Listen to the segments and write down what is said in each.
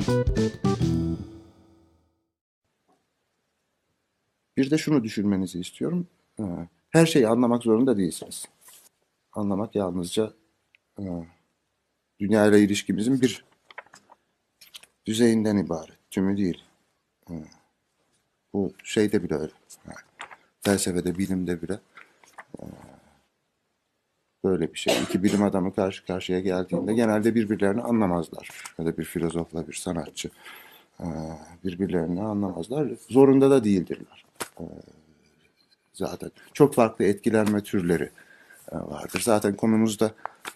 Bir de şunu düşünmenizi istiyorum. Her şeyi anlamak zorunda değilsiniz. Anlamak yalnızca e, dünya ile ilişkimizin bir düzeyinden ibaret. Tümü değil. Bu şeyde bile öyle. Felsefede, bilimde bile böyle bir şey. İki bilim adamı karşı karşıya geldiğinde genelde birbirlerini anlamazlar. Ya da bir filozofla bir sanatçı birbirlerini anlamazlar. Zorunda da değildirler zaten. Çok farklı etkilenme türleri vardır. Zaten konumuzda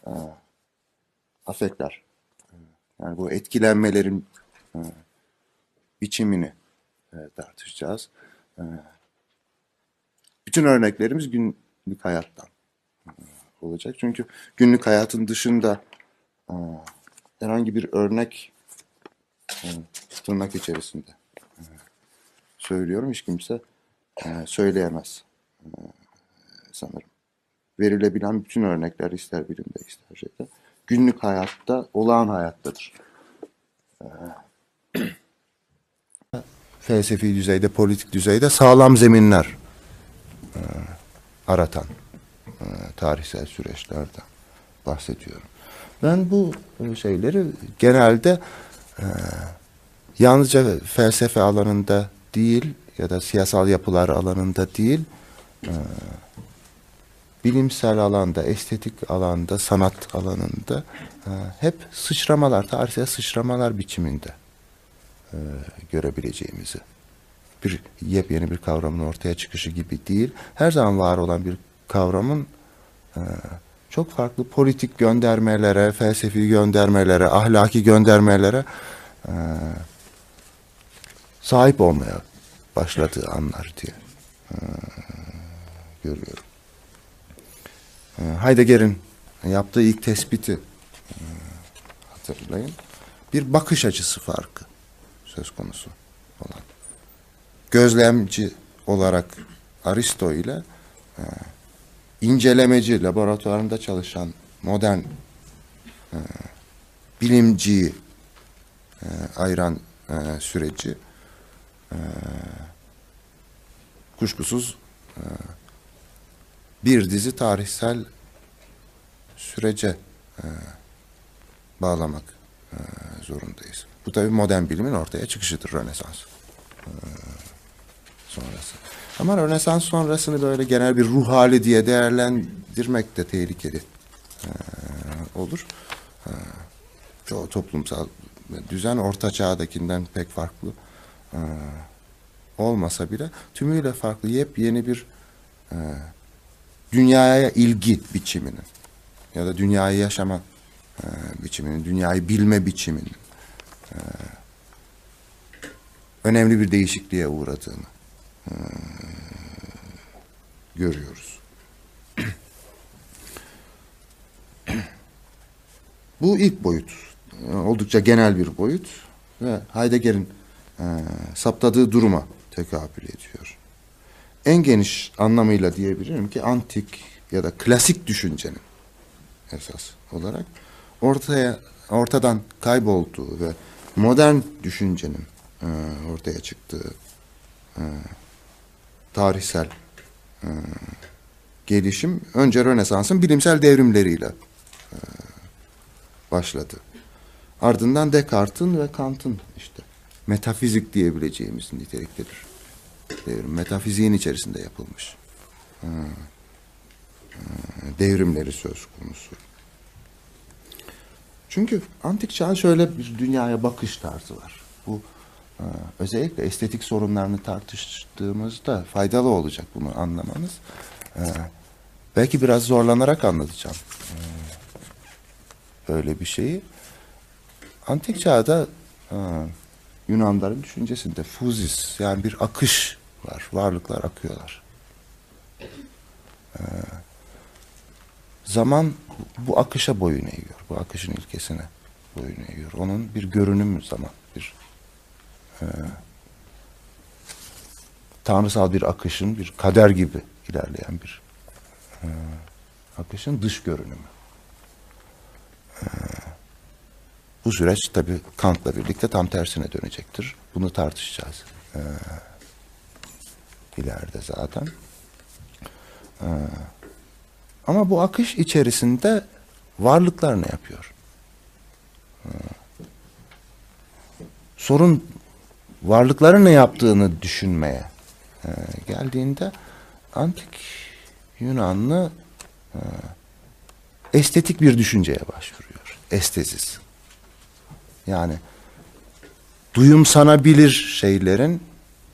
afekler. Yani bu etkilenmelerin biçimini tartışacağız. Bütün örneklerimiz günlük hayattan olacak. Çünkü günlük hayatın dışında herhangi bir örnek tırnak içerisinde söylüyorum. Hiç kimse söyleyemez sanırım. Verilebilen bütün örnekler ister bilimde ister şeyde günlük hayatta, olağan hayattadır. Felsefi düzeyde, politik düzeyde sağlam zeminler aratan tarihsel süreçlerden bahsediyorum. Ben bu şeyleri genelde yalnızca felsefe alanında değil ya da siyasal yapılar alanında değil, bilimsel alanda, estetik alanda, sanat alanında hep sıçramalar, tarihsel sıçramalar biçiminde görebileceğimizi. Bir yepyeni bir kavramın ortaya çıkışı gibi değil, her zaman var olan bir kavramın çok farklı politik göndermelere, felsefi göndermelere, ahlaki göndermelere sahip olmaya başladığı anlar diye görüyorum. Heidegger'in yaptığı ilk tespiti hatırlayın. Bir bakış açısı farkı söz konusu olan. Gözlemci olarak Aristo ile incelemeci, laboratuvarında çalışan modern bilimciyi ayıran süreci kuşkusuz bir dizi tarihsel sürece bağlamak zorundayız. Bu tabii modern bilimin ortaya çıkışıdır, Rönesans sonrası. Ama Rönesans sonrasını böyle genel bir ruh hali diye değerlendirmek de tehlikeli olur. Çoğu toplumsal düzen Orta Çağ'dakinden pek farklı olmasa bile tümüyle farklı yepyeni bir dünyaya ilgi biçiminin ya da dünyayı yaşama biçiminin, dünyayı bilme biçiminin önemli bir değişikliğe uğradığını görüyoruz. Bu ilk boyut. Oldukça genel bir boyut ve Heidegger'in saptadığı duruma tekabül ediyor. En geniş anlamıyla diyebilirim ki antik ya da klasik düşüncenin esas olarak ortadan kaybolduğu ve modern düşüncenin ortaya çıktığı tarihsel gelişim önce Rönesans'ın bilimsel devrimleriyle başladı. Ardından Descartes'in ve Kant'ın işte metafizik diyebileceğimiz niteliktedir. Metafiziğin içerisinde yapılmış devrimleri söz konusu. Çünkü antik çağın şöyle bir dünyaya bakış tarzı var. Bu özellikle estetik sorunlarını tartıştığımızda faydalı olacak bunu anlamanız. Belki biraz zorlanarak anlatacağım böyle bir şeyi. Antik çağda Yunanların düşüncesinde fuzis, yani bir akış var. Varlıklar akıyorlar. Zaman bu akışa boyun eğiyor. Bu akışın ilkesine boyun eğiyor. Onun bir görünümü zaman. Bir tanrısal bir akışın, bir kader gibi ilerleyen bir akışın dış görünümü. Bu süreç tabii Kant'la birlikte tam tersine dönecektir. Bunu tartışacağız ileride zaten. Ama bu akış içerisinde varlıklar ne yapıyor? Sorun varlıkların ne yaptığını düşünmeye geldiğinde antik Yunanlı estetik bir düşünceye başvuruyor. Estezis. Yani duyumsanabilir şeylerin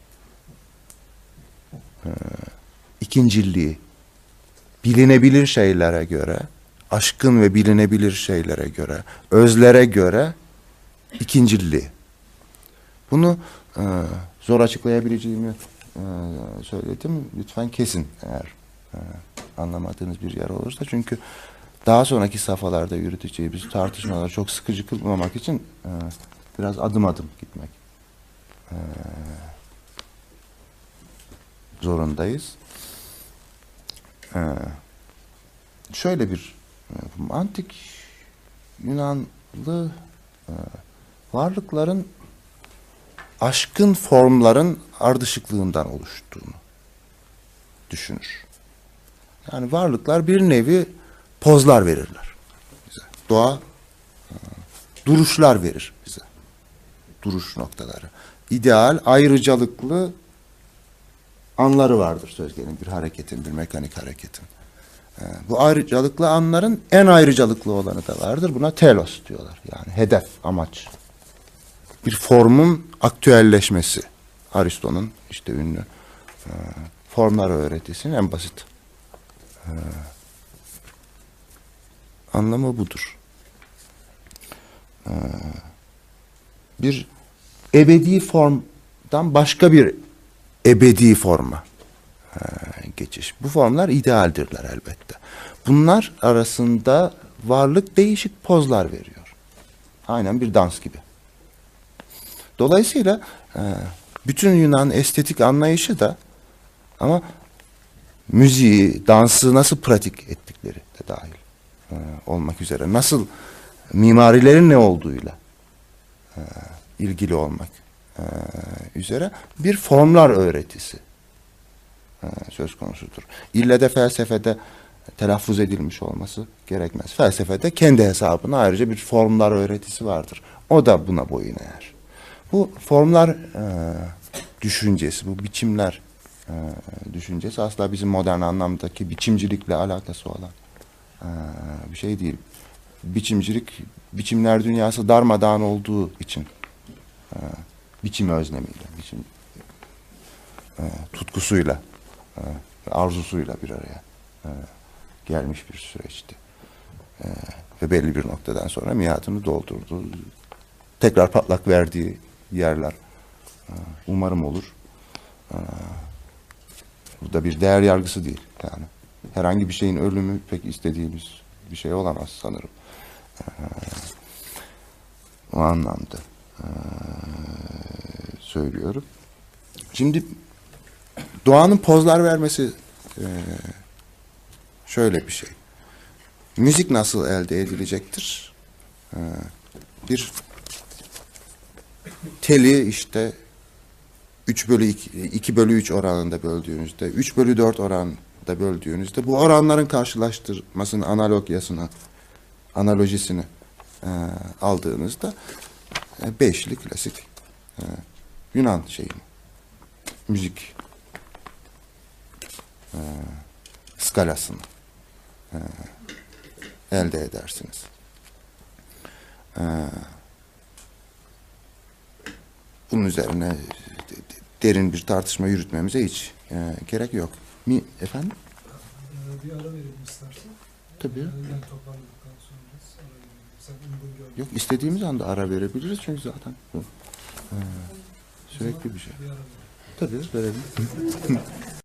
ikincilliği, bilinebilir şeylere göre, aşkın ve bilinebilir şeylere göre, özlere göre ikincilliği. Bunu zor açıklayabileceğimi söyledim. Lütfen kesin eğer anlamadığınız bir yer olursa. Çünkü daha sonraki safhalarda yürüteceğimiz tartışmalar çok sıkıcı kılmamak için biraz adım adım gitmek zorundayız. Şöyle bir antik Yunanlı varlıkların aşkın formların ardışıklığından oluştuğunu düşünür. Yani varlıklar bir nevi pozlar verirler bize. Doğa duruşlar verir bize. Duruş noktaları. İdeal, ayrıcalıklı anları vardır söz gelimi bir hareketin, bir mekanik hareketin. Bu ayrıcalıklı anların en ayrıcalıklı olanı da vardır. Buna telos diyorlar. Yani hedef, amaç. Bir formun aktüelleşmesi. Aristo'nun işte ünlü formlar öğretisinin en basit anlamı budur. Bir ebedi formdan başka bir ebedi forma geçiş. Bu formlar idealdirler elbette. Bunlar arasında varlık değişik pozlar veriyor. Aynen bir dans gibi. Dolayısıyla bütün Yunan estetik anlayışı da ama müziği, dansı nasıl pratik ettikleri de dahil olmak üzere. Nasıl mimarilerin ne olduğuyla ilgili olmak üzere bir formlar öğretisi söz konusudur. İlle de felsefede telaffuz edilmiş olması gerekmez. Felsefede kendi hesabına ayrıca bir formlar öğretisi vardır. O da buna boyun eğer. Bu formlar düşüncesi, bu biçimler düşüncesi asla bizim modern anlamdaki biçimcilikle alakası olan bir şey değil. Biçimcilik, biçimler dünyası darmadağın olduğu için biçim özlemiyle, biçim tutkusuyla, arzusuyla bir araya gelmiş bir süreçti. Ve belli bir noktadan sonra miadını doldurdu. Tekrar patlak verdiği yerler umarım olur. Bu da bir değer yargısı değil. Yani herhangi bir şeyin ölümü pek istediğimiz bir şey olamaz sanırım. O anlamda söylüyorum. Şimdi doğanın pozlar vermesi şöyle bir şey. Müzik nasıl elde edilecektir? Bir teli işte 2 bölü 3 oranında böldüğünüzde, 3 bölü 4 oranında böldüğünüzde bu oranların karşılaştırmasını, analojisini aldığınızda beşli klasik Yunan müzik skalasını elde edersiniz. Bunun üzerine derin bir tartışma yürütmemize hiç gerek yok. Efendim? Bir ara verelim istersen. Tabii. Yani toparladıktan sonra ara verelim. Sen uygun gördün. Yok, istediğimiz anda ara verebiliriz çünkü zaten sürekli bir şey. Bir ara verelim. Tabii verelim.